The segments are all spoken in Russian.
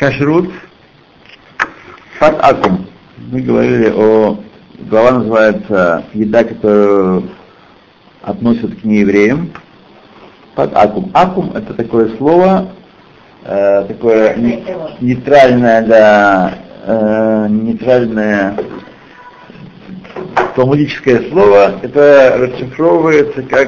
Кашрут Фат Акум. Мы говорили глава называется «Еда, которую относят к неевреям». Фат Акум. Акум — это такое слово, такое нейтральное, нейтральное талмудическое слово. Это расшифровывается как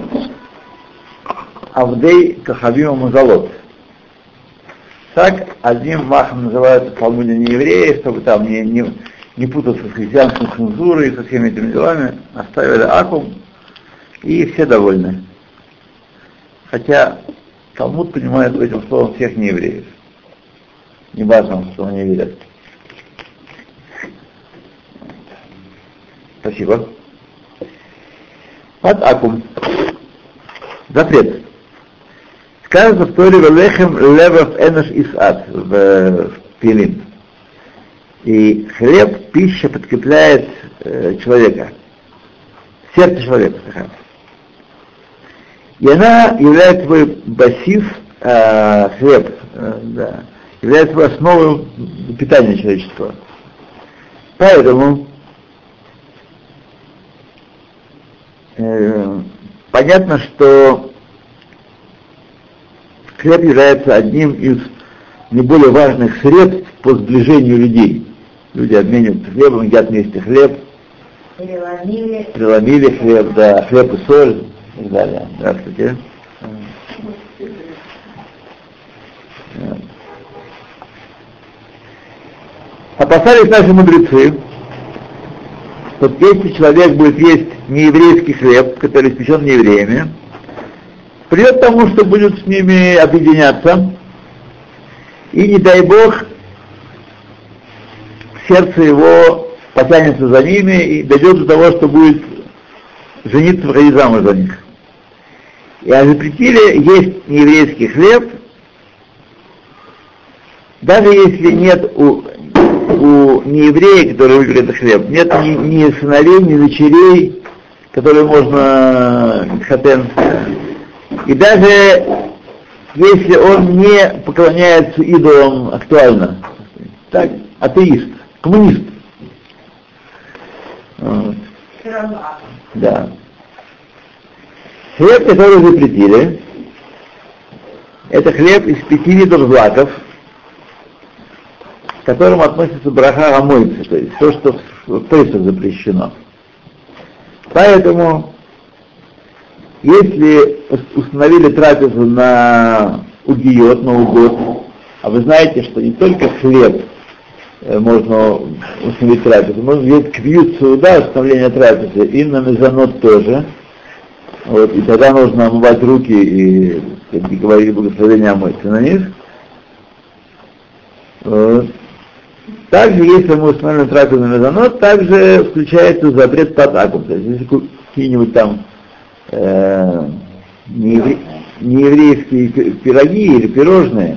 Авдей Кахавима Мазалот. Так одним махом называются в Талмуде неевреи, чтобы там не путаться с христианской цензурой и со всеми этими делами, оставили Акум, и все довольны. Хотя Талмуд понимает этим словом всех неевреев. Не важно, что они верят. Спасибо. От Акум. Запрет. Сказано в Торе «Велехем левов энош исат» в Пилим. И хлеб, пища подкрепляет человека, сердце человека. И она является свой басис, хлеб, является собой основой питания человечества. Поэтому понятно, что хлеб является одним из наиболее важных средств по сближению людей. Люди обмениваются хлебом, едят вместе хлеб. Преломили хлеб, да, хлеб и соль и так далее. Здравствуйте. Опасались наши мудрецы, что если человек будет есть нееврейский хлеб, который испечен неевреями, придет к тому, что будет с ними объединяться, и не дай Бог, сердце его потянется за ними и дойдет до того, что будет жениться, выходить замуж за них. И запретили есть нееврейский хлеб, даже если нет у нееврея, который выберет этот хлеб, нет ни сыновей, ни дочерей, которые можно хатен. И даже если он не поклоняется идолам актуально, так, атеист, коммунист. Вот. Да. Хлеб, который запретили, это хлеб из 5 видов злаков, к которым относится браха гамойцы, то есть то, что в Песах запрещено. Поэтому, если установили трапезу на угиот, на угод, а вы знаете, что не только хлеб можно установить трапезу, можно сделать квиют суда, установление трапезы, и на мезонот тоже. Вот, и тогда нужно омывать руки и говорить благословение омыться на них. Вот. Также, если мы установим трапезу на мезонот, также включается запрет под акум. То есть, если какие-нибудь там нееврейские пироги или пирожные,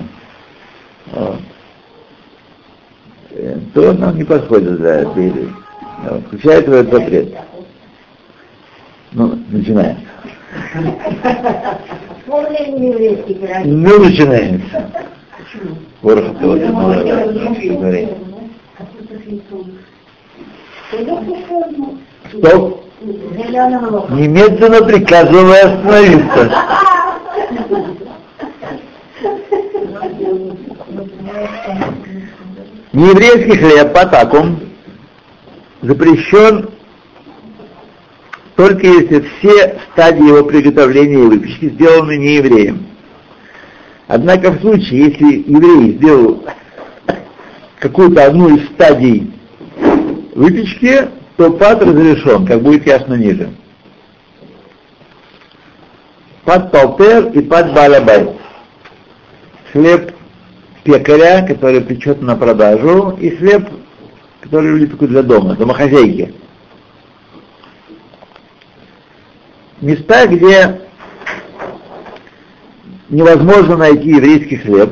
то нам не подходит за это. Включается в этот запрет. Ну, начинается. Ну, начинается. Стоп! Немедленно приказываю остановиться. Нееврейский хлеб по такому запрещен только если все стадии его приготовления и выпечки сделаны неевреем. Однако в случае, если еврей сделал какую-то одну из стадий выпечки, то пад разрешен, как будет ясно ниже. Пад палтер и пад балабай. Хлеб пекаря, который печет на продажу, и хлеб, который люди пекут для дома, домохозяйки. Места, где невозможно найти еврейский хлеб,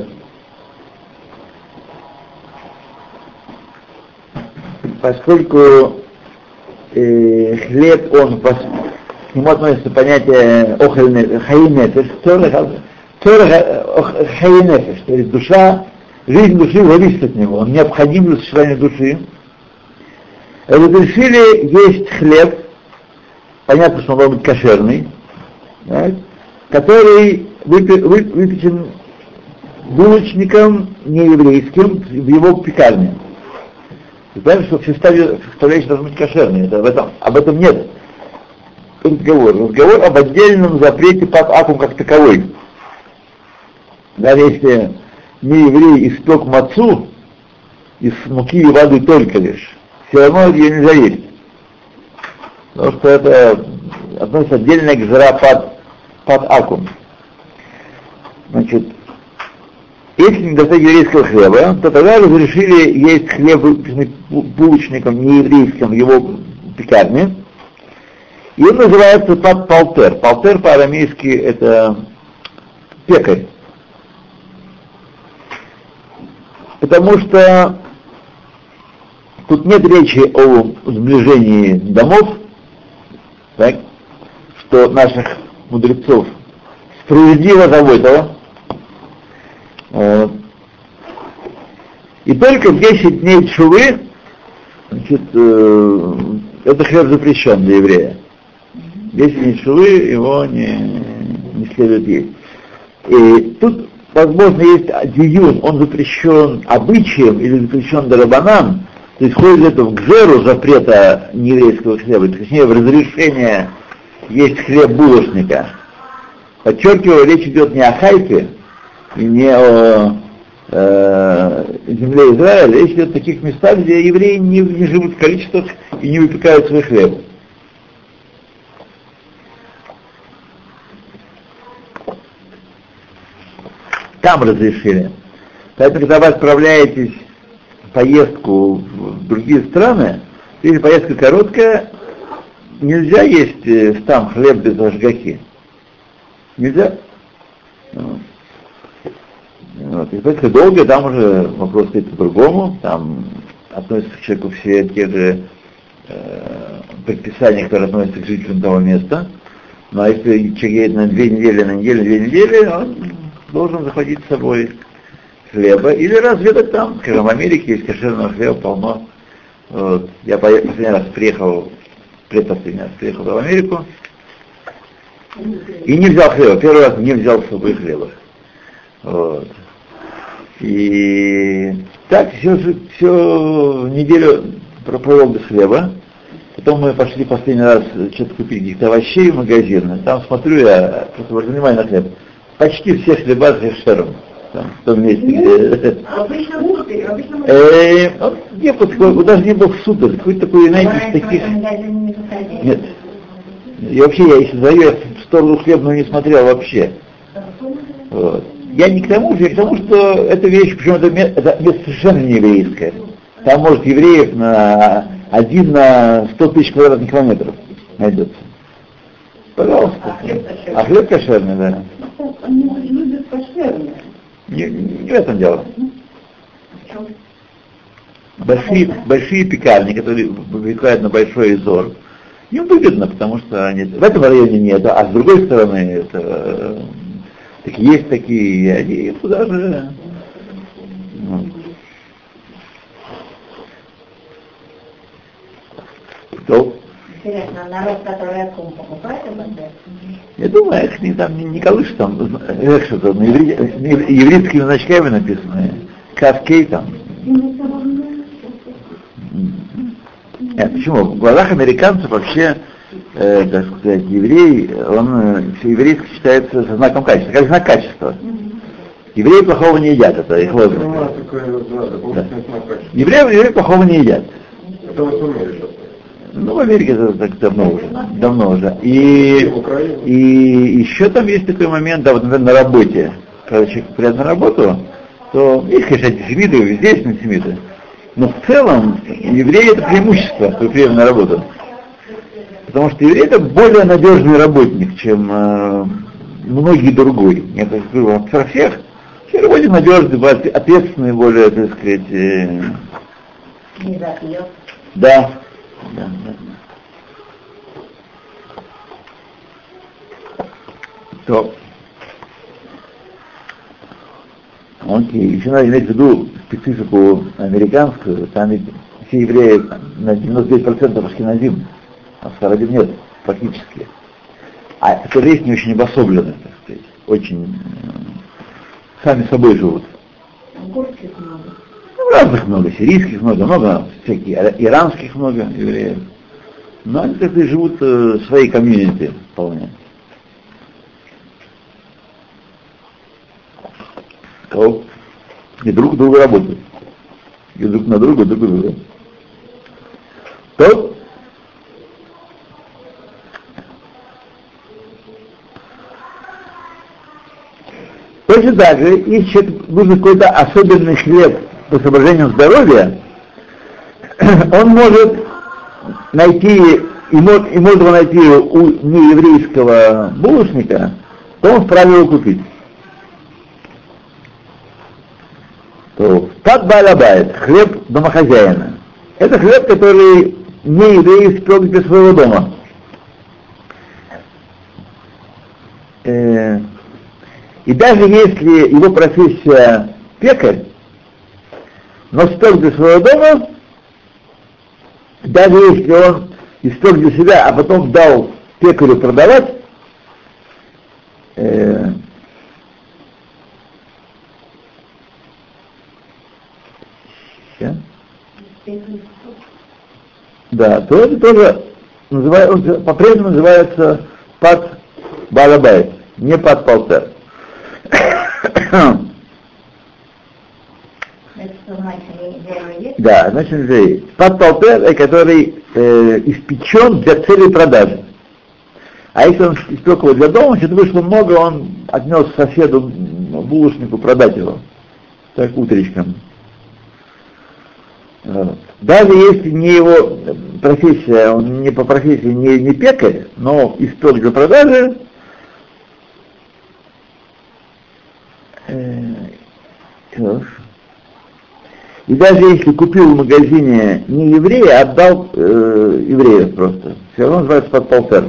поскольку хлеб, он к нему относится понятие хаинефеш, хаинефеш, то есть душа жизнь души зависит от него, он необходим для существования души. Разрешили есть хлеб, понятно, что он должен быть кошерный, так, который выпечен булочником нееврейским в его пекарне. Вы понимаете, что все составляющие должны быть кошерные, об этом нет разговора. Разговор об отдельном запрете под акум как таковой. Даже если нееврей испек мацу из муки и воды только лишь, все равно ее нельзя есть. Потому что это относится отдельно к жара под акум. Значит, если не достать еврейского хлеба, то тогда разрешили есть хлеб, выпеченный булочником нееврейским в его пекарне. И он называется палтер. Палтер по-арамейски это пекарь. Потому что тут нет речи о сближении домов, так, что наших мудрецов справедливо заботило. И только в 10 дней тшувы, значит, это хлеб запрещен для еврея. 10 дней тшувы его не следует есть. И тут, возможно, есть диюн, он запрещен обычаем или запрещен дарабанан, то есть входит это в гзеру запрета нееврейского хлеба, точнее в разрешение есть хлеб булочника. Подчеркиваю, речь идет не о хайпе и не о земле Израиля, речь идет о таких местах, где евреи не живут в количествах и не выпекают свой хлеб. Там разрешили. Поэтому, когда вы отправляетесь в поездку в другие страны, если поездка короткая, нельзя есть там хлеб без ашгахи. Нельзя. Вот. Если поездка долгая, там уже вопрос стоит по-другому. Там относятся к человеку все те же предписания, которые относятся к жителям того места. Ну а если человек едет на 2 недели, на неделю, он должен захватить с собой хлеба или разведать там. Скажем, в Америке есть кошерного хлеба полно. Вот. Я предпоследний раз приехал в Америку и не взял хлеба. Первый раз не взял с собой хлеба. Вот. И так всю неделю провел без хлеба. Потом мы пошли последний раз что-то купить каких-то овощей в магазин. Там смотрю, я просто обращаю внимание на хлеб. Почти все хлеба с хешером. Там, в том месте, где... Обычно супер, даже не был супер. Какой-то такой, знаете, из таких... Нет. И вообще, если зайду, я в сторону хлебную не смотрел вообще. Вот. Я не к тому, что эта вещь, причем это место совершенно не еврейское. Там, может, евреев на 1 на 100 тысяч квадратных километров найдется. Пожалуйста. А хлеб кошерный, да. Они любят кошерное. Не в этом дело. Большие пекарни, которые выпекают на большой изор, им выгодно, потому что они, в этом районе нет, а с другой стороны это, так есть такие, они туда же. Кто? Интересно, народ, который акум покупает, я думаю, их не колышет там, что-то, на еврейскими значками написано, Кавкей там. Нет, почему? В глазах американцев вообще, так сказать, еврей, он еврейский считается знаком качества, как знак качества. Евреи плохого не едят, это их лозунг. Да. Евреи плохого не едят. Ну, в Америке это так давно уже. И еще там есть такой момент, да, вот, например, на работе. Когда человек приходит на работу, то есть, конечно, антисемиты, везде есть антисемиты. Но в целом евреи это преимущество при приеме на работу. Потому что еврей это более надежный работник, чем многие другой. Я так говорю, про всех. Все работники надежные, ответственные, более, так сказать. не запьет. Да. То. Окей. Еще надо иметь в виду специфику американскую. Там ведь все евреи на 99% ашкеназим, а сфарадим нет практически. А это есть не очень обособленные, так сказать, очень сами собой живут. Горских много. Ну, разных много, сирийских много всяких, иранских много евреев. Но они как-то живут своей комьюнити вполне. И друг друга работают. И друг на друга, друг на друга. То точно так же, если человек нужен какой-то особенный хлеб по соображению здоровья, он может найти, и может его найти у нееврейского булочника, то он вправе его купить. То пат балабайт, хлеб домохозяина. Это хлеб, который не еврей испек для своего дома. И даже если его профессия пекарь, но испек для своего дома, даже если он испек для себя, а потом дал пекарю продавать, да, то это тоже называется, по-прежнему называется пат балабайт, не пат палтер. Да, значит, уже есть. Пат палтер, который испечен для цели продажи. А если он испек его для дома, значит, вышло много, он отнес соседу, булочнику продать его. Так, утречком. Даже если не его профессия, он не по профессии не пекарь, но испек для продажи, и даже если купил в магазине не еврея, а отдал евреев просто, все равно называется подполтер.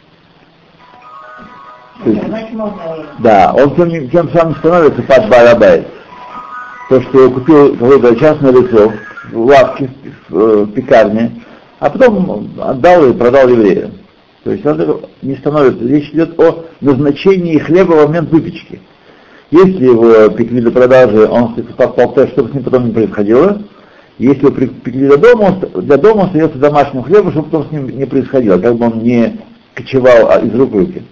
Да, он тем самым становится под барабайт. То, что купил какое-то частное лицо в лавке, в пекарне, а потом отдал и продал еврею. То есть он не становится, речь идет о назначении хлеба в момент выпечки. Если его пекли для продажи, он подпал тест, чтобы с ним потом не происходило. Если его пекли для дома, он остается домашним хлебом, чтобы потом с ним не происходило, как бы он не кочевал из рук в руки.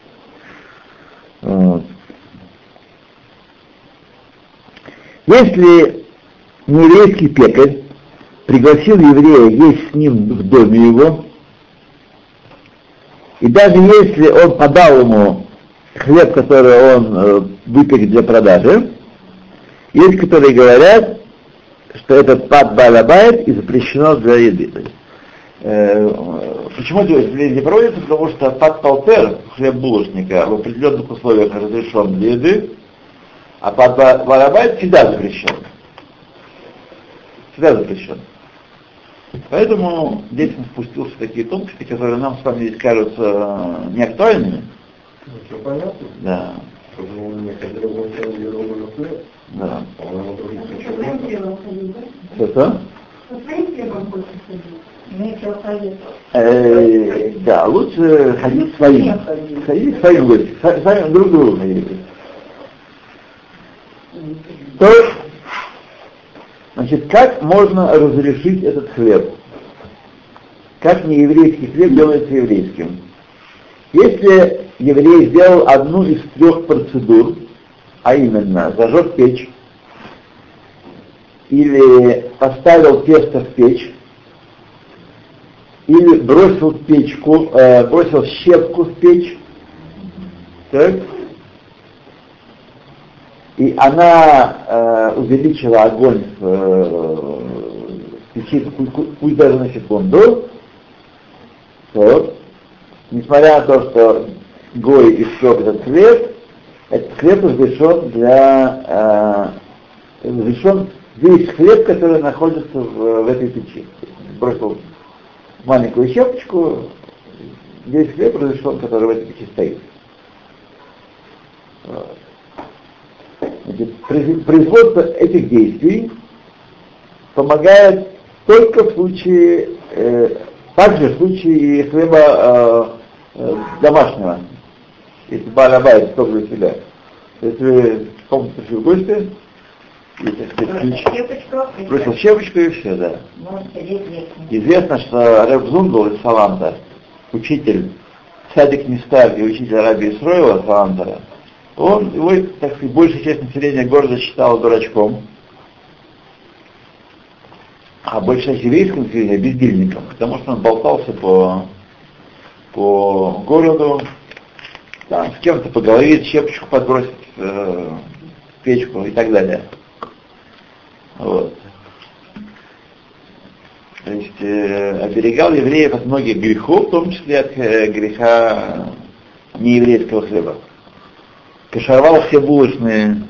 Вот. Если нееврейский пекарь пригласил еврея есть с ним в доме его, и даже если он подал ему хлеб, который он выпек для продажи, есть, которые говорят, что этот пат балабайт и запрещено для еды. Почему здесь не проводится? Потому что пат палтер, хлеб булочника, в определенных условиях разрешен для еды, а пат балабайт всегда запрещен. Всегда запрещен. Поэтому здесь он спустился в такие тонкости, которые нам с вами здесь кажутся неактуальными. Все понятно? Да. Да. Что-то? Да, лучше ходить своим. Ходить своим гостем. Сами друг другу ходить. То, значит, как можно разрешить этот хлеб? Как нееврейский хлеб делается еврейским? Если еврей сделал одну из 3 процедур, а именно зажег печь, или поставил тесто в печь, или бросил печку, бросил щепку в печь, так, и она увеличила огонь в печи, пусть даже на секунду, то, несмотря на то, что Гой испек этот хлеб разрешен весь хлеб, который находится в этой печи. Бросил маленькую щепочку, весь хлеб разрешен, который в этой печи стоит. Значит, производство этих действий помогает только в случае, также в случае хлеба домашнего. Если балабайт, то для себя. Если вы в комнате пришли в гости, и, так сказать, ключ, бросил щепочку и все, да. Известно, что Реб Зундл из Саланта, учитель Цадик Нистар и учитель Раби Исроила Салантера, его, так сказать, большая часть населения города считала дурачком, а большая часть еврейского населения бездельником, потому что он болтался по городу, там, с кем-то поговорит, щепочку подбросит в печку и так далее. Вот. То есть оберегал евреев от многих грехов, в том числе от греха нееврейского хлеба. Кашировал все булочные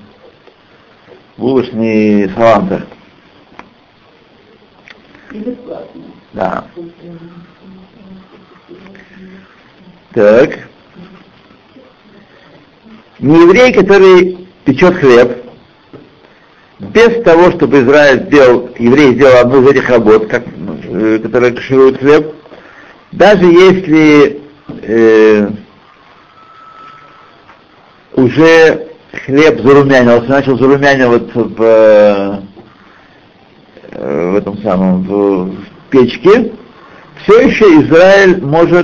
саланты. И бесплатно. Да. Так. Нееврей, который печет хлеб, без того, чтобы еврей сделал одну из этих работ, которая каширует хлеб, даже если уже хлеб зарумянился, начал зарумяниваться в этом самом, в печке, все еще Израиль может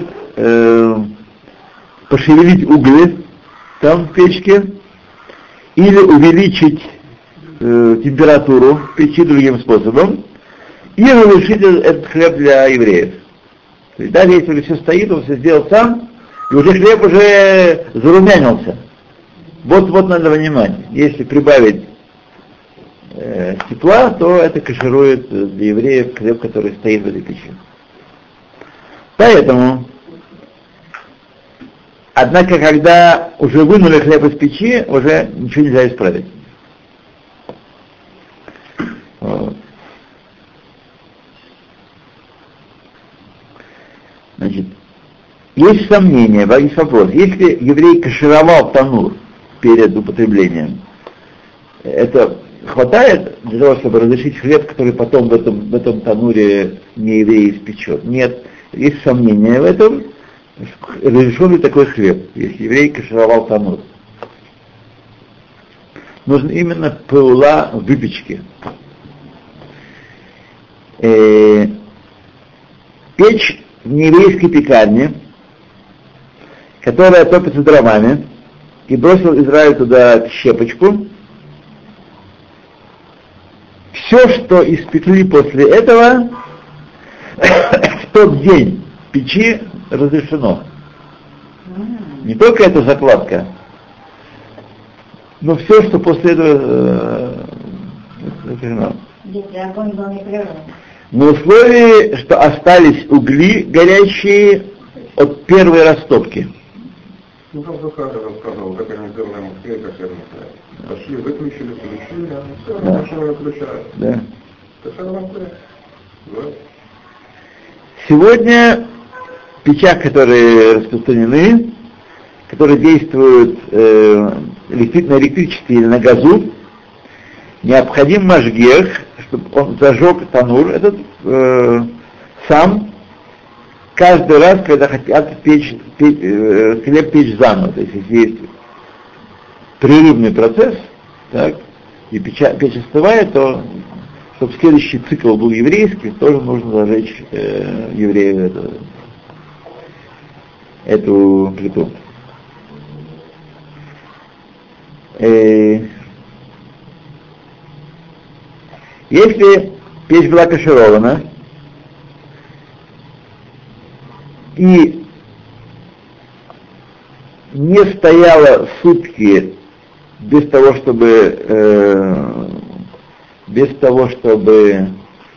пошевелить угли там в печке или увеличить температуру печи другим способом и разрешить этот хлеб для евреев. То есть даже если все стоит, он все сделал сам, и уже хлеб уже зарумянился. Вот надо понимать, если прибавить тепла, то это каширует для евреев хлеб, который стоит в этой печи. Поэтому, однако, когда уже вынули хлеб из печи, уже ничего нельзя исправить. Вот. Значит, есть сомнение, есть вопрос. Если еврей кашировал танур перед употреблением, это хватает для того, чтобы разрешить хлеб, который потом в этом тануре не еврей испечет? Нет. Есть сомнения в этом. Разрешен ли такой хлеб, если еврей кашировал танур? Нужно именно паула выпечки. Печь в нееврейской пекарне, которая топится дровами, и бросил Израиль туда щепочку. Все, что испекли после этого, в тот день печи разрешено. Не только эта закладка, но все, что после этого разрешено. Если огонь был непрерывный. На условии, что остались угли горячие от первой растопки. Ну, там Захар рассказывал, как они сделали в Москве кошерный хлеб. Пошли, выключили, включили, все, машина выключают. Да. Кошерный хлеб. Да. Сегодня в печах, которые распространены, которые действуют на электричестве или на газу, необходим машгех, чтобы он зажег танур этот сам каждый раз, когда хотят хлеб печь заново. То есть если есть прерывный процесс, так, и печь остывает, то чтобы следующий цикл был еврейский, тоже нужно зажечь еврею эту плиту. Если печь была каширована и не стояла сутки без того, чтобы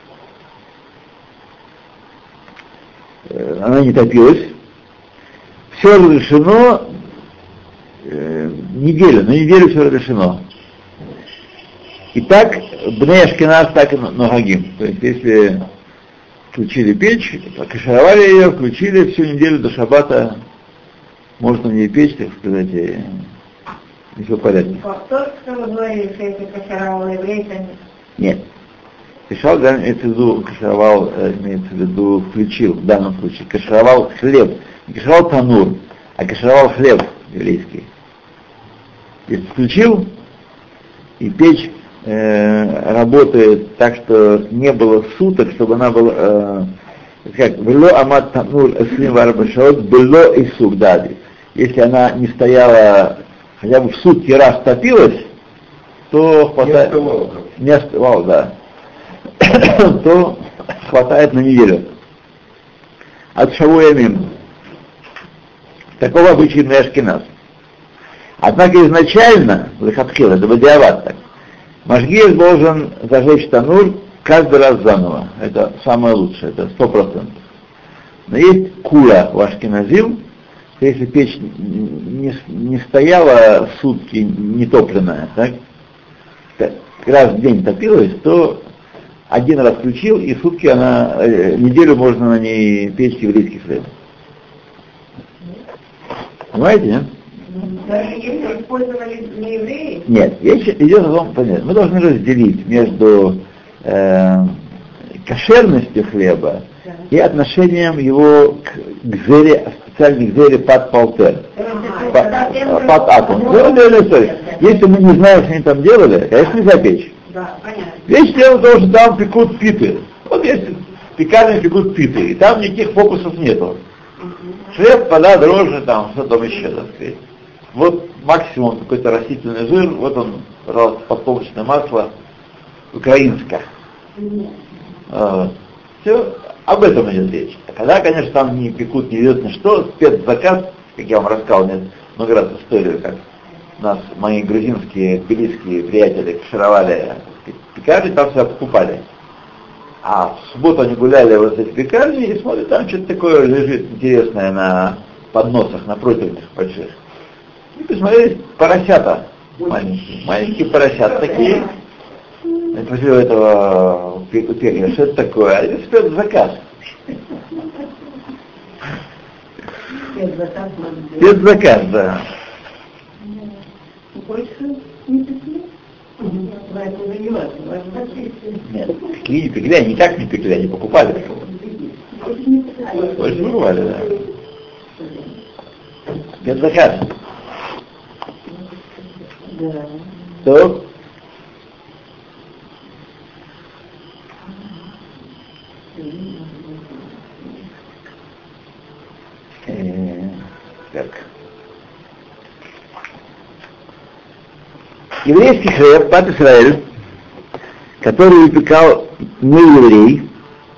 она не топилась, все разрешено неделю, на неделю все разрешено. И так бней Ашкеназ, так и нагагим. То есть если включили печь, кашировали ее, включили всю неделю до шаббата, можно в ней печь, так сказать, и все в порядке. Повтор, что вы говорили, что если кашировал еврей, то нет. Нет. Кашировал, да, имеется в виду, кашировал, имеется в виду, включил, в данном случае. Кашировал хлеб. Не кашировал танур, а кашировал хлеб еврейский. Если включил, и печь работает так, что не было суток, чтобы она была, как, было амат танур эслим варбашаот, было и сук, да. Если она не стояла, хотя бы в сутки раз топилась, то хватает... Не остывал, да. То хватает на неделю. От шавуямим. Такого обычая на Ашкеназ. Однако изначально, лехатхил, это бадиават так, Машгиев должен зажечь танур каждый раз заново. Это самое лучшее, это 100%. Но есть кула в Ашкеназим, если печь не стояла сутки нетопленная, так, раз в день топилась, то один раз включил, и сутки неделю можно на ней печь еврейский хлеб. Понимаете, нет? Если использовали для евреев? Нет, идет о том, понятно. Мы должны разделить между кошерностью хлеба и отношением его к гзере, специальной гзере пад палтер, пад атом. Если мы не знаем, что они там делали, конечно, нельзя печь. Да, понятно. Вещь дело то, что там пекут питы. Вот есть пекарни пекут питы, и там никаких фокусов нету. Хлеб, вода, дрожжи, там, что там еще, так сказать. Вот максимум какой-то растительный жир, вот он, пожалуйста, подсолнечное масло, украинское. Все, об этом идет речь. А когда, конечно, там не пекут неизвестно что, спецзаказ, как я вам рассказывал, нет, много раз историю, как нас мои грузинские, тбилисские приятели кашировали пекарни, там все покупали. А в субботу они гуляли вот в эти пекарни и смотрят, там что-то такое лежит интересное на подносах, на противнях больших. И посмотрели, поросята маленькие поросята такие. Я спросил этого пекаря, что это такое? А это спецзаказ. Спецзаказ, да. Больше не пекли? Нет, пекли, не пекли, они никак не пекли, они покупали такого. Больше покупали, да. Спецзаказ. Да. То. Так. Еврейский хлеб, пад Исраэль, который выпекал не еврей,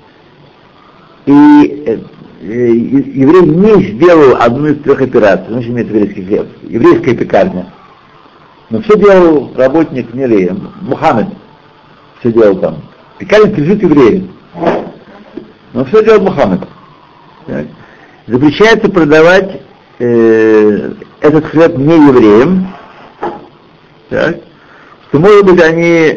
и еврей не сделал одну из трех операций, значит, имеет еврейский хлеб, еврейская пекарня. Но все делал работник не еврея, Мухаммед все делал там. Пекарня принадлежит еврею. Но все делал Мухаммед. Так. Запрещается продавать этот хлеб не евреям, так, что, может быть, они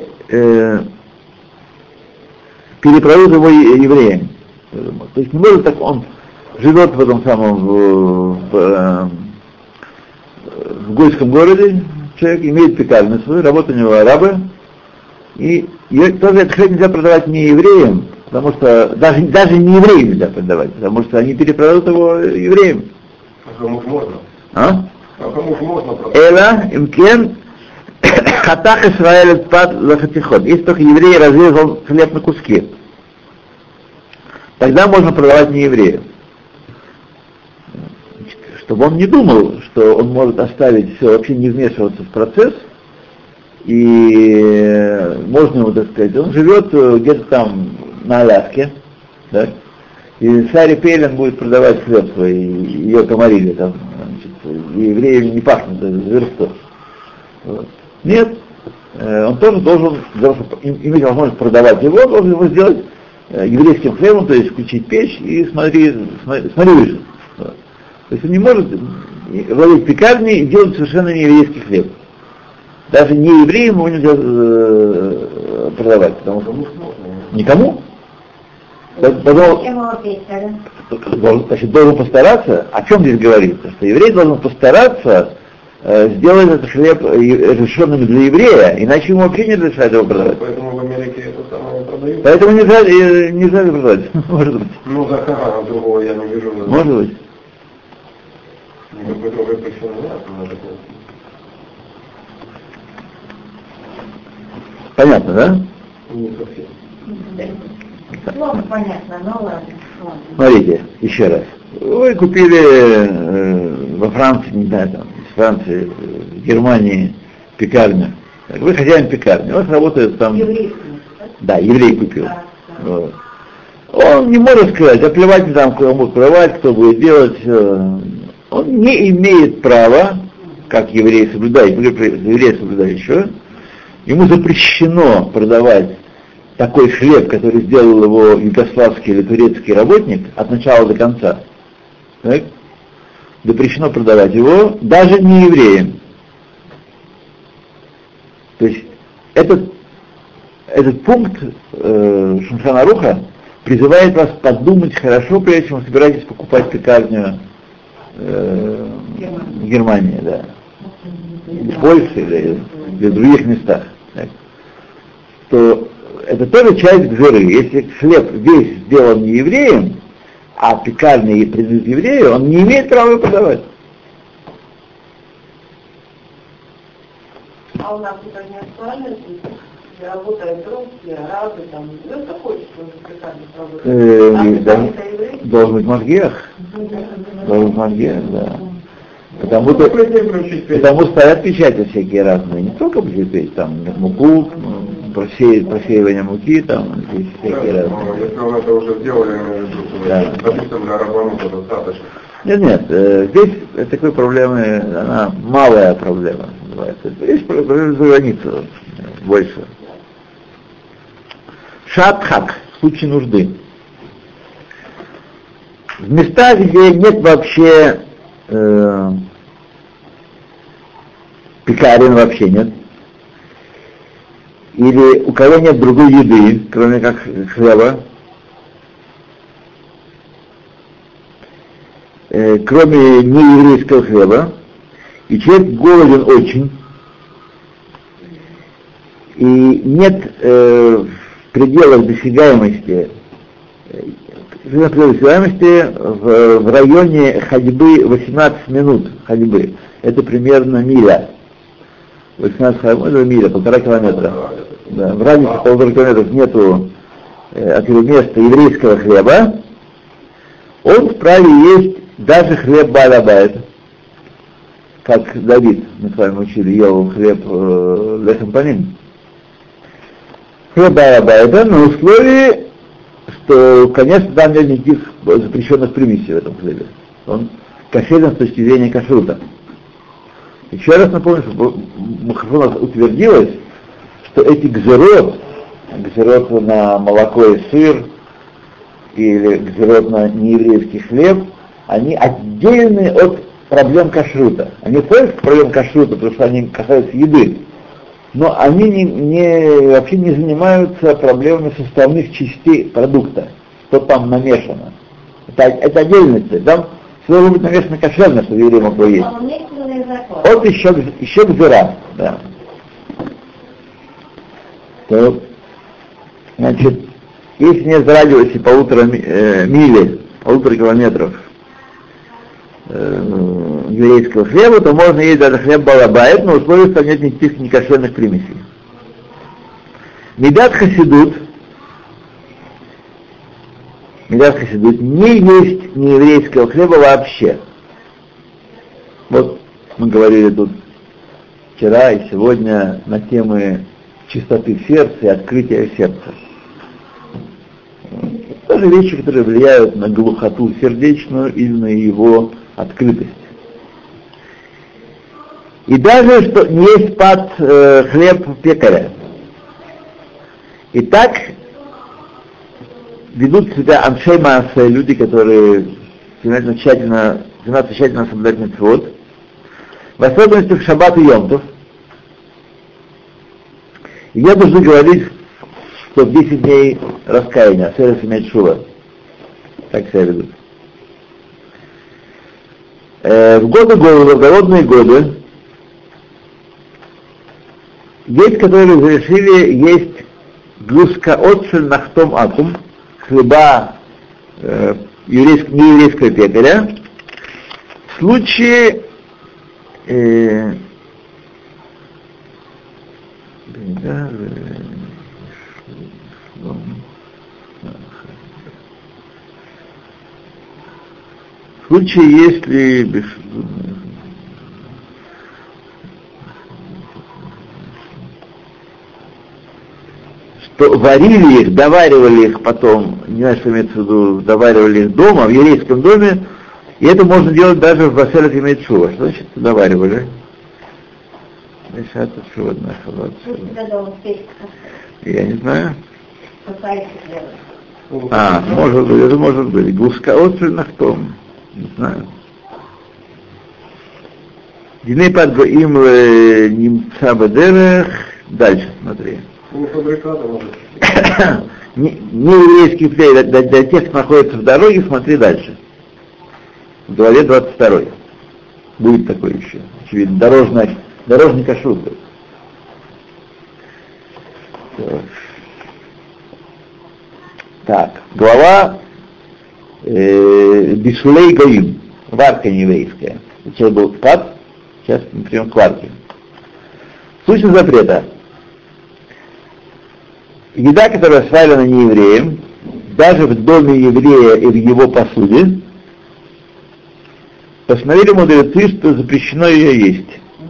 перепродают его евреям. То есть не может так, он живет в этом самом, в гойском городе, человек имеет пекарню свою, работают у него арабы, и тоже этот хлеб нельзя продавать не евреям, потому что даже не евреям нельзя продавать, потому что они перепродают его евреям. А кому же можно? А кому же можно продавать? Эла, имкен, хатах Исраэль пад лахатихот. Если только еврей разрезал хлеб на куски, тогда можно продавать не еврею. Чтобы он не думал, что он может оставить все, вообще не вмешиваться в процесс, и можно ему, так сказать, он живет где-то там на Аляске, да, и Сари Пейлен будет продавать хлеб свой, ее комарили там, значит, и евреи не пахнут, это зверство. Вот. Нет, он тоже должен, иметь возможность продавать его, должен его сделать еврейским хлебом, то есть включить печь и смотри выше. Вот. То есть он не может владеть пекарней и делать совершенно не еврейский хлеб. Даже не евреям его нельзя продавать, потому что никому. Значит, должен постараться, о чем здесь говорится, что еврей должен постараться сделать этот хлеб разрешенным для еврея, иначе ему вообще не разрешают его продавать. Поэтому в Америке это самое продают. Поэтому нельзя это продавать. Может быть. Ну, закара другого я не вижу. Может быть. Никакой другой причины нет на такое. Понятно, да? Не совсем. Плохо понятно, но ладно. Смотрите, еще раз. Вы купили во Франции, не знаю, там, из Франции, в Германии пекарню. Вы хозяин пекарни, у вас работает там... Еврейский, да? Да, еврей купил. Да. Вот. Он не может сказать, а плевать там, кто будет плевать, кто будет делать. Он не имеет права, как еврей соблюдающего, ему запрещено продавать такой хлеб, который сделал его югославский или турецкий работник от начала до конца. Так? Запрещено продавать его даже не евреям. То есть этот пункт Шулхан Аруха призывает вас подумать хорошо, прежде чем вы собираетесь покупать пекарню в Германии, да. В Польше или в других местах. Так. То это тоже часть гзыры. Если хлеб весь сделан не евреем, а пекарня принадлежит еврею, он не имеет права его продавать. А у нас это не актуально, если работают русские, арабы, там, ну, это хочет, что он пекарня работает. Должен быть мазгех. Должен быть мазгех, да. Потому что стоят печати всякие разные, не только там муку, просеивание муки, там здесь всякие разные. Если он это уже сделали, допустим, для рабанов это достаточно. Нет, здесь такой проблемы, она малая проблема называется. Есть проблема за границу больше. Шат-хак, в случае нужды. В местах, где нет вообще пекарен вообще нет, или у кого нет другой еды, кроме как хлеба, кроме нееврейского хлеба, и человек голоден очень, и нет в пределах досягаемости в районе ходьбы 18 минут ходьбы. Это примерно миля. 18 ходьбы, миля, 1,5 километра. Да, в радиусе 1,5 километров нету от его места еврейского хлеба. Он вправе есть даже хлеб Бааль-Абайт. Как Давид, мы с вами учили, ел хлеб лехем паним. Хлеб Бааль-Абайта на условии, что, конечно, там нет никаких запрещенных примесей в этом хлебе. Он кошерен с точки зрения кашрута. Еще раз напомню, что Махашона утвердилось, что эти гзерот на молоко и сыр, или гзерот на нееврейский хлеб, они отдельны от проблем кашрута. Они только проблем кашрута, потому что они касаются еды. Но они вообще не занимаются проблемами составных частей продукта, что там намешано. Это отдельность. Там должно быть намешано кошерно, чтобы еврей мог его есть. Вот еще гзера, да. То, значит, если нет в радиусе 1,5 мили, 1,5 километров еврейского хлеба, то можно есть даже хлеб Бааль-Абайт, но условия, что нет никаких некошерных примесей. Медат хасидут не есть нееврейского хлеба вообще. Вот мы говорили тут вчера и сегодня на темы чистоты сердца и открытия сердца. Это тоже вещи, которые влияют на глухоту сердечную или на его открытость. И даже что не есть под хлеб пекаря. И так ведут себя аншей маасе, люди, которые занимаются тщательно соблюдать мицвот, в особенности в шаббат и йом-тов. И я должен говорить, что в 10 дней раскаяния, асерес имеет шува. Так себя ведут. В годы голода, в голодные годы, Есть, которые разрешили есть глускаоцель нахтом акум, хлеба нееврейского пекаря, в случае если что варили их, доваривали их потом, не знаю, что имеется в виду, доваривали их дома, в еврейском доме, и это можно делать даже в Баселет имеет шува. Что значит доваривали? Я не знаю. Может быть, это может быть. Глускаоцель нахтом. Не знаю. Диней падго им немца бедерах. Дальше смотри. Не еврейский плей для тех, кто находится в дороге, смотри дальше. В главе 22. Будет такое еще. Очевидно, дорожный кашрут будет. Так, глава Бишулей Гаим, варка нееврейская. Сначала был пад, сейчас мы придем к варке. Сущность запрета. Еда, которая сварена неевреем, даже в доме еврея и в его посуде, постановили мудрецы, что запрещено ее есть.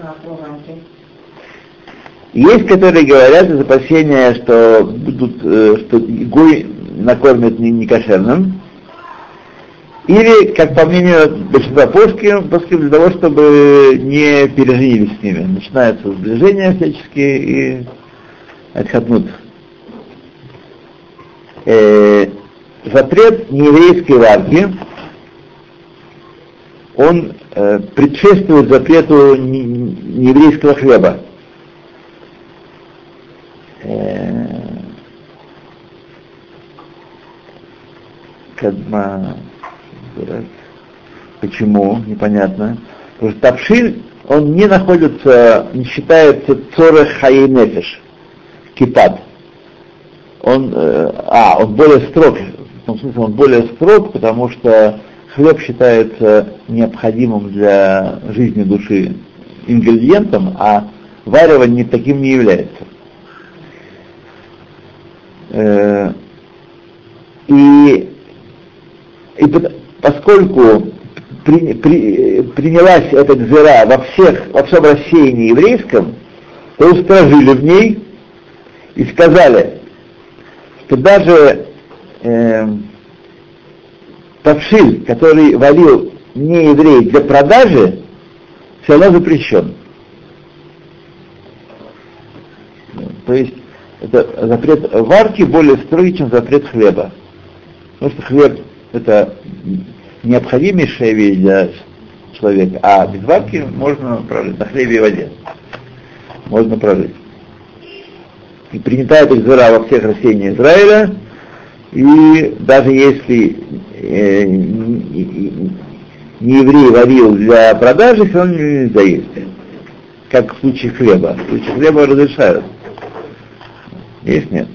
Есть, которые говорят из опасения, что что гой накормят некошерным, или, как по мнению большинства поскольку для того, чтобы не переженились с ними. Начинаются сближения всяческие и отхотнут. Запрет нееврейской варки, он предшествует запрету нееврейского хлеба. Почему? Непонятно. Потому что тавшиль, он не считается цорах хаей нефеш, кипат. Он более строг, в том смысле он более строг, потому что хлеб считается необходимым для жизни души ингредиентом, а варево таким не является. И поскольку принялась эта гзера во всем рассеянии еврейском, то устражили в ней и сказали, что даже тавшиль, который варил не еврей для продажи, все равно запрещен. То есть это запрет варки более строгий, чем запрет хлеба. Потому что хлеб это необходимейшая вещь для человека, а без варки можно прожить, на хлебе и воде можно прожить. И принята эта гзера во всех растениях Израиля, и даже если не еврей варил для продажи, все равно нельзя есть, как в случае хлеба. В случае хлеба разрешают. Есть нет.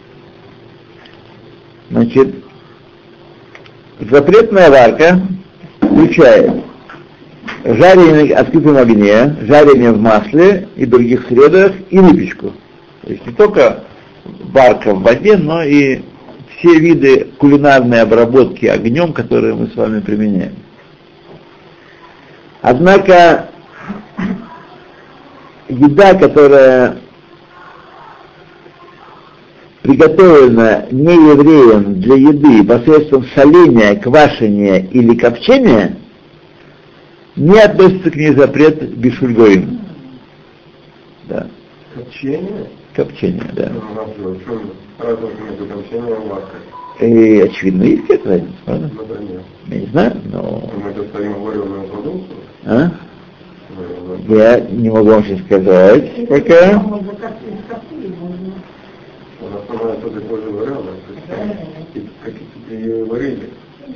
Значит, запретная варка включает жарение на открытом огне, жарение в масле и других средах и выпечку. То есть не только варка в воде, но и все виды кулинарной обработки огнем, которые мы с вами применяем. Однако еда, которая приготовлена не евреем для еды посредством соления, квашения или копчения, не относится к ней запрет бишуль гоим. Да. Копчение? Копчение, да. Разница между копчением и варкой? Очевидно, есть какая-то разница, правда? Например. Я не знаю, но... Мы достаем вареную продукцию? А? Я не могу вам сейчас сказать пока. Основная тоже пользу вареная, какие ее варили.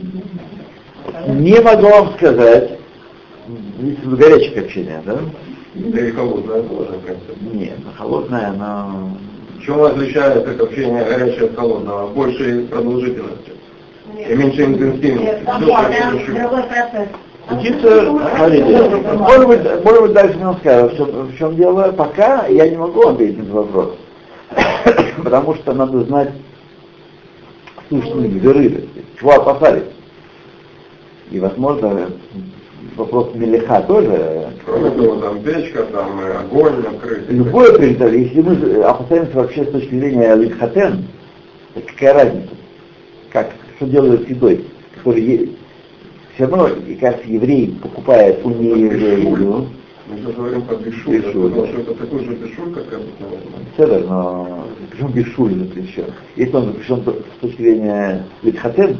Не могу вам сказать, горячее копчение, да? Да и холодная тоже, в принципе. Нет, холодная, но... Чем отличается копчение горячее от холодного? Большей продолжительностью и меньше интенсивности. Там другой процесс. Птица, смотрите, может быть дальше не скажу, в чем дело, пока я не могу ответить на этот вопрос, потому что надо знать сущность рыбы, чего опасались. И, возможно, вопрос мелеха тоже. Кроме того, там печка, там огонь накрытый. Любое приготовление, если мы опасаемся вообще с точки зрения литхатен, то какая разница? Что делают с едой, который все равно, мне кажется, еврей покупает у нееврея еду. Мы сейчас говорим про бешуль, потому что это такой же бешуль, как обыкновенно. Цедр, но причем бешуль запрещен. Если он запрещен с точки зрения литхатен,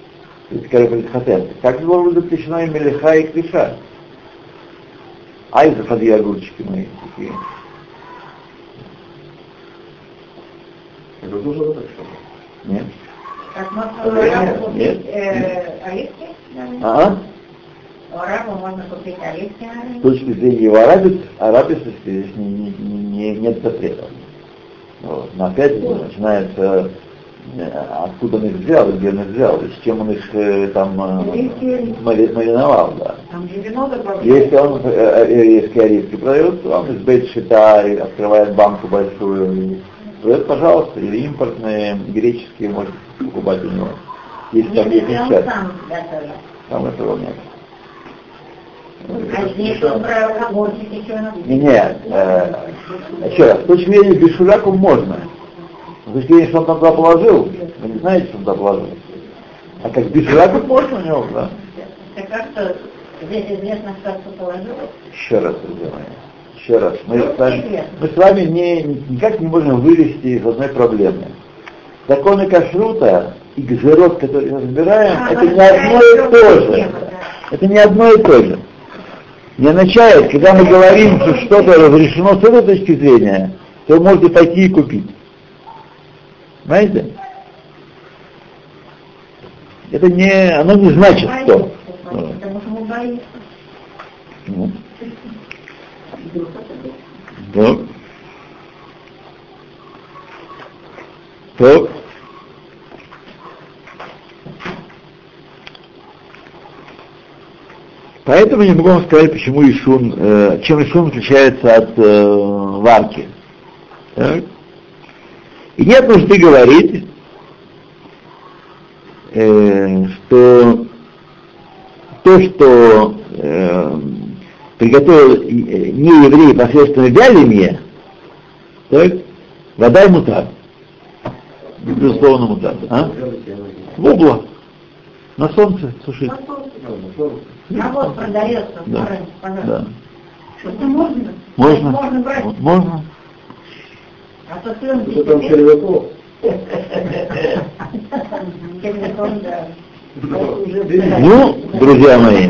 как же может быть запрещено и мелеха, и квиша? Ай, заходи, огурчики мои такие. Это тоже запрещено? Нет. Как можно купить оливки? Ага. У араба можно купить оливки. С точки зрения его арабисности здесь нет запрета. Вот. Но опять начинается, откуда он их взял, где он их взял, и с чем он их там мариновал, да. Там же вино добавляют. Если он еврейские оливки продает, то он из бейт-шита открывает банку большую и продает, пожалуйста, или импортные греческие может покупать у него. Если там есть сейчас. Там этого нет. А здесь он про огурчик еще надо. Нет, еще раз, с точки зрения бешуляку можно. С точки зрения, что он там туда положил, вы не знаете, что он туда положил. А как бешуляку можно у него, да? Так как что здесь известно, что положил? Еще раз, друзья мои. Еще раз. Мы с вами никак не можем вылезти из одной проблемы. Законы кашрута и гзерот, которые мы разбираем, это не одно и то же. Это не одно и то же. Не означает, когда мы говорим, что что-то разрешено с этой точки зрения, то вы можете пойти и купить. Понимаете? Это оно не значит, что. Потому что мы боимся. Так. Так. Поэтому не могу вам сказать, почему ишун, чем ишун отличается от варки. Так? И нет нужды говорить, что то, что приготовил не еврей посредством вялимья, так, вода и мутар. Безусловно, мутар. Вобла. На солнце сушить. А вот продается, да. Пожалуйста. Да. Что-то можно? Можно. Можно брать. Можно. А то пленки. Что там червяков? Червяком, да. Ну, друзья мои,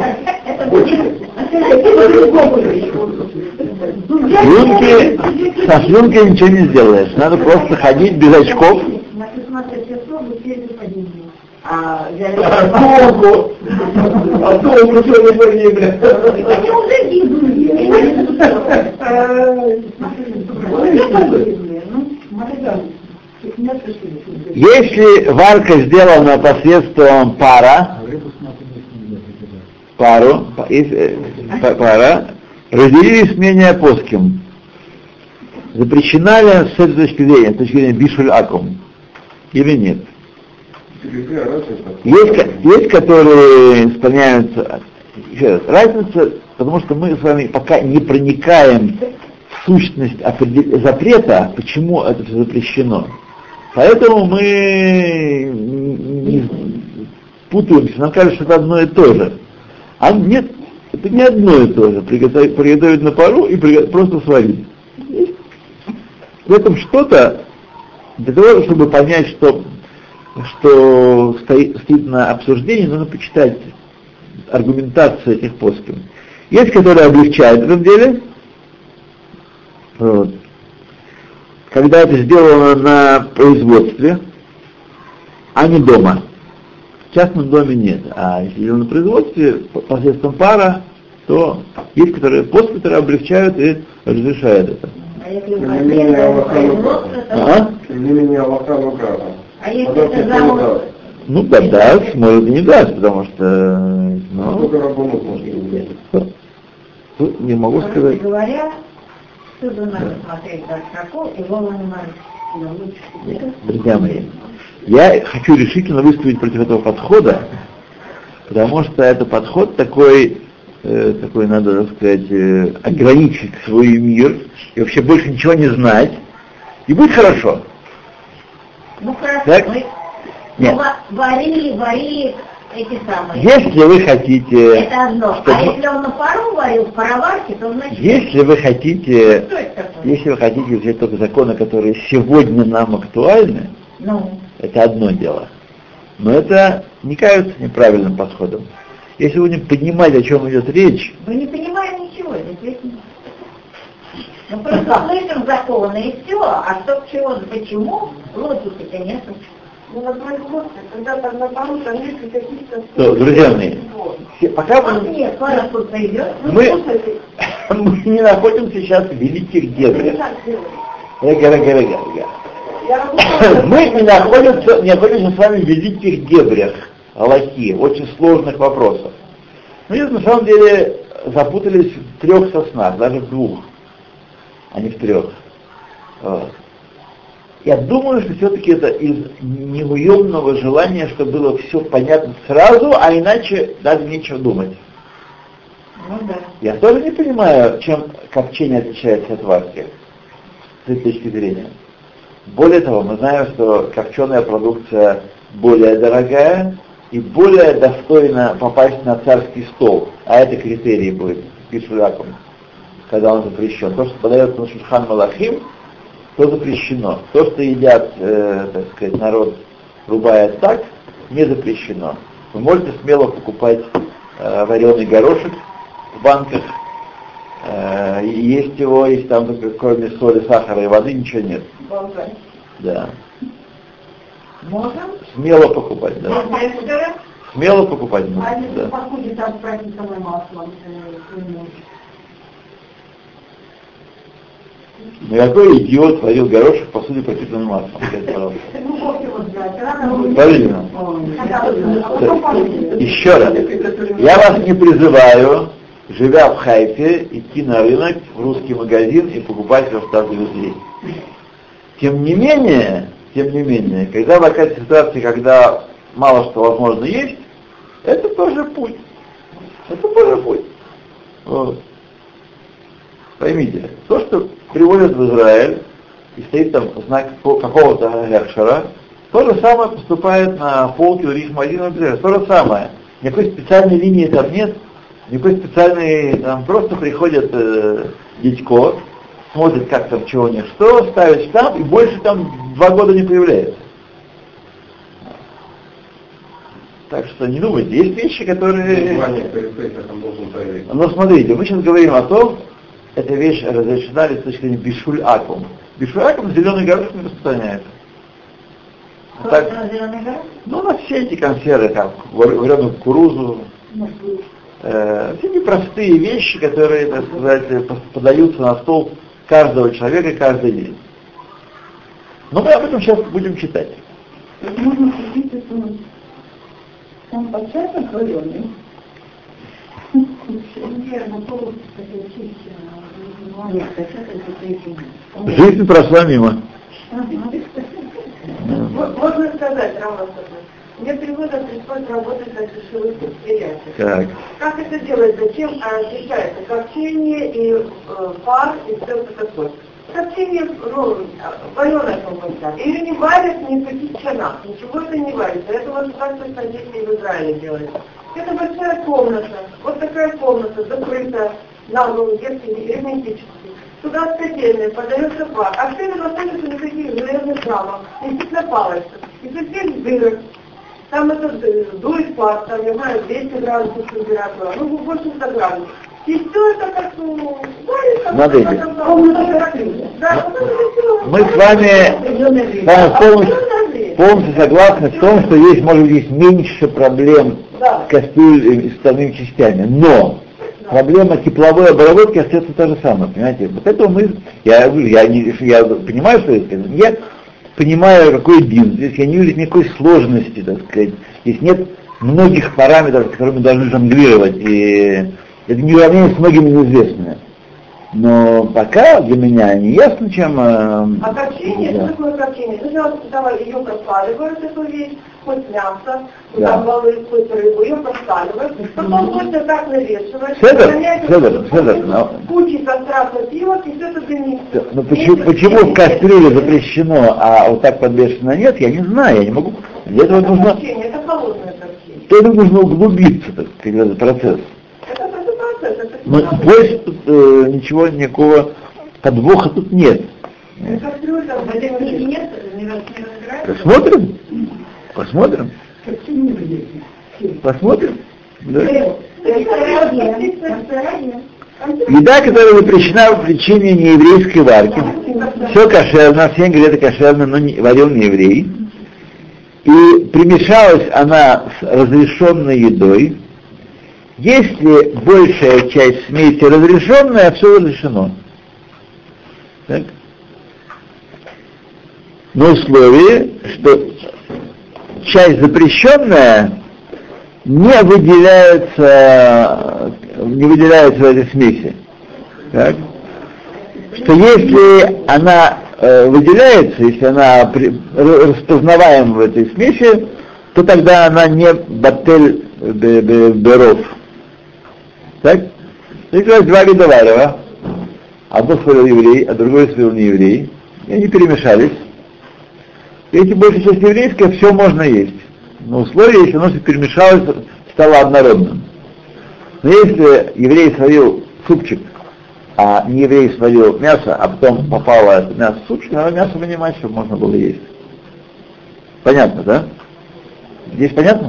со слюнкой ничего не сделаешь. Надо просто ходить без очков. На 16 часов вы следуете по деньги. А толку что не погибли? Они уже гибли. Если варка сделана посредством пара, разделились мнения апостолам. Запрещена ли с этой точки зрения бишуль акум, или нет? Есть, которые склоняются, еще раз, разница, потому что мы с вами пока не проникаем в сущность запрета, почему это все запрещено. Поэтому мы не путаемся, нам кажется, что это одно и то же. А нет, это не одно и то же, приготовить на пару и просто сварить. В этом что-то, для того, чтобы понять, что стоит на обсуждении, нужно почитать аргументацию этих постов. Есть, которые облегчают в этом деле, вот. Когда это сделано на производстве, а не дома. В частном доме нет, а если сделано на производстве, посредством пара, то есть пост, которые облегчают и разрешают это. А если Тем не менее, Аллаха Луката. А если это замуж? Ну, да, даст, может и не даст, потому что... Сколько рабонов можно сделать? Тут не могу Короче сказать. говоря, всюду надо смотреть так широко и голову не морочить. Друзья мои, я хочу решительно выступить против этого подхода, потому что это подход такой, надо так сказать, ограничить свой мир и вообще больше ничего не знать, и будет хорошо. Ну хорошо, Так? мы Нет. варили эти самые. Если вы хотите... Это одно. чтобы- А если он на пару варил, в пароварке, то значит... Если вы хотите... Что это такое? Если вы хотите взять только законы, которые сегодня нам актуальны, Ну, это одно дело. Но это не кажется неправильным подходом. Если вы не понимаете, о чем идет речь, вы не понимаете ничего, действительно. Ну просто слышим законы и все, а что к чему, почему, логики-то нету. Ну, на производстве, когда там на пару, там есть какие-то... то, друзья мои, пока А мы, нет, скоро тут придет. Слушайте, мы не находимся сейчас в великих не дебрях. так делать. Мы Я работаю... не находимся с вами в великих дебрях Аллахи, очень сложных вопросов. Мы на самом деле запутались в 3 соснах, даже в 2, а не в 3. Вот. Я думаю, что все-таки это из неуемного желания, чтобы было все понятно сразу, а иначе даже нечего думать. Ну да. Я тоже не понимаю, чем копчение отличается от варки с этой точки зрения. Более того, мы знаем, что копченая продукция более дорогая и более достойна попасть на царский стол. А это критерий будет, бишуляком, когда он запрещен. То, что подается на Шульхан Малахим, то запрещено. То, что едят, так сказать, народ рубает так, не запрещено. Вы можете смело покупать вареный горошек в банках, есть его, если там только кроме соли, сахара и воды ничего нет. Болтать. Да. Можно? Смело покупать, да. Можно? Смело покупать можно, А если да. посуде там пропитанное маслом, Ну какой идиот варил горошек в посуде пропитанным маслом? Скажите, пожалуйста. ну, бог его знает. Рано Правильно. будет. Еще раз. Я вас не призываю, живя в Хайфе, идти на рынок, в русский магазин и покупать все, что там завезли. Тем не менее, когда возникает ситуация, когда мало что возможно есть, это тоже путь. Вот. Поймите, то, что приводят в Израиль, и стоит там знак какого-то гершера, то же самое поступает на полке у Рихмадина в Израиле. То же самое. Никакой специальной линии там нет, никакой специальной, там просто приходит дядько, смотрит, как там, чего нет, что, ставит штамп, и больше там 2 года не появляется. Так что не думайте, есть вещи, которые... Но смотрите, мы сейчас говорим о том, эта вещь разрешена ли с точки зрения бишуль акум. Бишуль акум зеленый горошек не распространяется. А так, ну, на все эти консервы, там, вареную кукурузу, все эти простые вещи, которые, так сказать, подаются на стол каждого человека каждый день. Но мы об этом сейчас будем читать. Можно купить эту... Он початок вареный. Жизнь прошла мимо. Можно сказать, Роман, мне 3 года пришлось работать на пищевых предприятиях. Так. Как это делать? Зачем отличается копчение и пар и все это такое? Копчение, вареная колбаса. Ее не варят ни в каких чанах, ничего это не варится. Это вот как точно дети в Израиле делают. Это большая комната, вот такая комната, закрытая, наглую, герметически. Туда котельная, подается пар. А все это находится на таких железных рамах, висит на палочках. И при всех дырах. Там это дует пар, там, я знаю, 200 градусов температура, ну, больше 100 градусов. И все это как, варится. Смотрите. Да, Мы с вами полностью согласны в том, что есть, может быть, есть меньше проблем с кастрюлями и составными частями. Но проблема тепловой обработки остается та же самая, понимаете? Вот это я понимаю, что это, я понимаю, какой дин, здесь я не вижу никакой сложности, так сказать, здесь нет многих параметров, которые мы должны жонглировать, и это не уравнение с многими неизвестными. Но пока для меня не ясно, чем... А копчение, что такое копчение? Сначала ее просаливают, эту вещь, хоть мясо, там волы, хоть рыбу, ее просаливают, потом можно так навешивать, кучей контрастных пивок, и все это дымится. Но почему в кастрюле запрещено, а вот так подвешено нет, я не знаю, я не могу... Для этого нужно... Копчение, это холодное копчение. Для этого нужно углубиться, так сказать, в этот процесс. Но больше тут никакого подвоха тут нет. Посмотрим. Да. Еда, которая запрещена в течение нееврейской варки. Все кошерно, все ингредиенты кошерны, но варил не еврей. И примешалась она с разрешенной едой. Если большая часть смеси разрешенная, все разрешено. Так? На условии, что часть запрещенная не выделяется в этой смеси. Так? Что если она выделяется, если она распознаваема в этой смеси, то тогда она не батель беров. Так? Есть два вида варева. Одно сварил еврей, а другое сварил не еврей. И они перемешались. И эти большая часть еврейская, все можно есть. Но условие, если оно все перемешалось, стало однородным. Но если еврей сварил супчик, а не еврей сварил мясо, а потом попало это мясо в супчик, надо мясо вынимать, чтобы можно было есть. Понятно, да? Здесь понятно?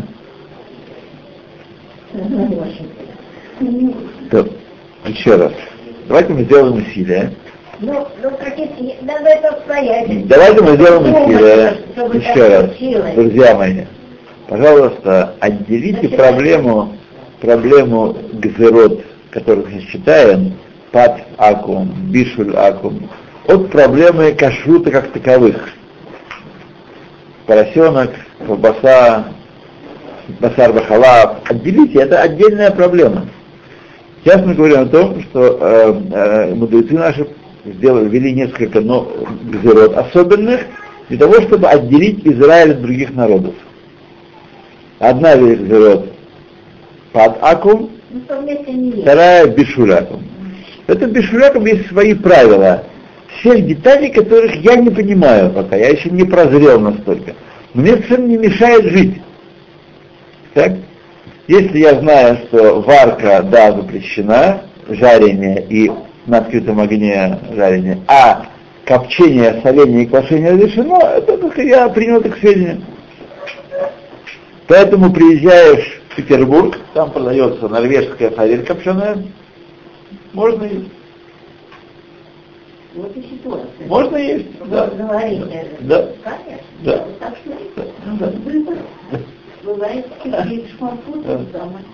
То, еще раз. Давайте мы сделаем усилие. Надо это обстоятельно. Давайте мы сделаем усилие. Еще раз. Друзья мои, пожалуйста, отделите проблему гзерот, которых мы считаем, пат акум, бишуль акум, от проблемы кашрута как таковых. Поросенок, колбаса, басар бахалав. Отделите, это отдельная проблема. Сейчас мы говорим о том, что мудрецы наши ввели несколько гзерот особенных для того, чтобы отделить Израиль от других народов. Одна из гзерот пад акум, вторая бишулякум. В этом бишулякум есть свои правила, всех деталей, которых я не понимаю пока, я еще не прозрел настолько. Мне совершенно не мешает жить. Так? Если я знаю, что варка, да, запрещена, жарение и на открытом огне жарение, а копчение, соление и квашение разрешено, это я принял это к сведению. Поэтому приезжаешь в Петербург, там продается норвежская форель копченая, можно есть. Вот и ситуация. Можно есть, да. Говорите, да. конечно. Да. Так что Да. бывает, какие-то шмаркуты самые.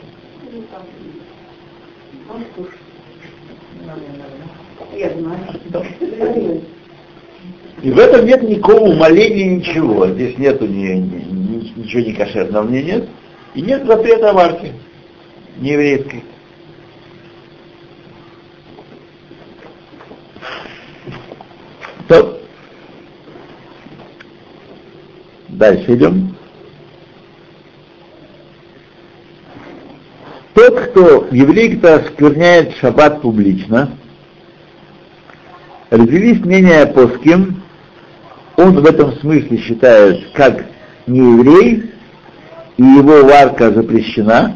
Я знаю. И в этом нет никакого умаления, ничего. Здесь нету ничего не кошерного, мне нет. И нет запрета варки, не еврейской. То. Дальше идем. Тот, кто еврей, кто оскверняет шаббат публично, развелись мнения поским, он в этом смысле считает, как не еврей, и его варка запрещена.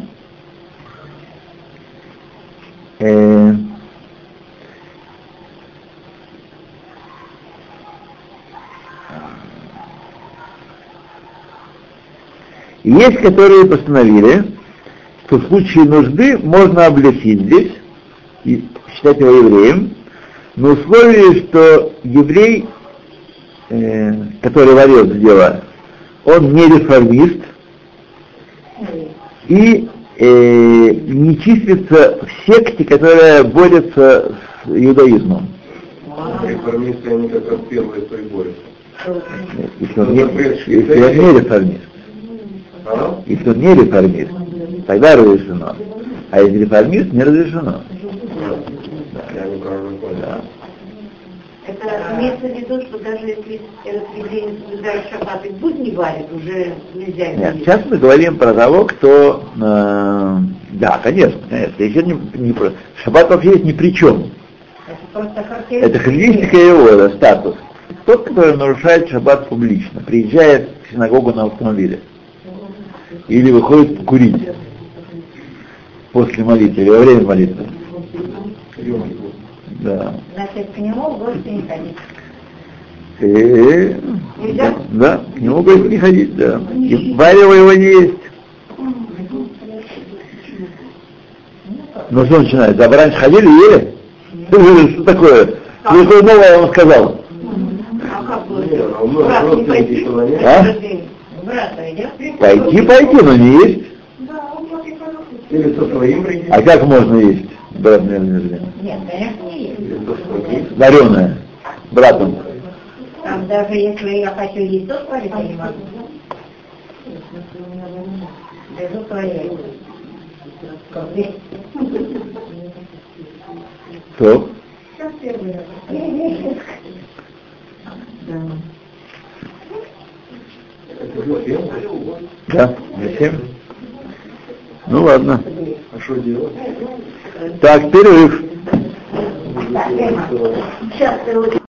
И есть, которые постановили, что в случае нужды можно облегчить здесь и считать его евреем, на условии, что еврей, который варил это дело, он не реформист и не числится в секте, которая борется с иудаизмом. Реформисты, они как раз первые, кто и борются. Если он не реформист. Если он не реформист, тогда разрешено. А если реформист, не разрешено. Я неправильно понял. Да. Это имеется в виду, что даже если этот еврей не соблюдает шаббат и будни варит, уже нельзя его Нет, есть. сейчас мы говорим про того, кто... да, конечно. Еще не про... Шаббат вообще есть ни при чем. Это просто характеристика. Это характеристика его, это статус. Тот, который нарушает шаббат публично, приезжает в синагогу на автомобиле. Или выходит покурить после молитвы, или во время молитвы. Да. Значит, к нему в гости не ходить. Нельзя? Да, к нему в гости не ходить, да. И варево его не есть. Ну что начинает? Да, вы раньше ходили и ели? Что такое? Что такое новое он сказал? А как вы? Брат не пойти? А? Брат идет? Пойти, но не есть. Или со своим прийти. А как можно есть? Брат, наверное, Нет, конечно, не есть. Или со своим. вареное. Братом. Там даже если я хочу есть, то сварить я не могу. Держу своей. Что? Это зачем? Да? Зачем? Ну ладно. А что делать? Так, перерыв. Сейчас ты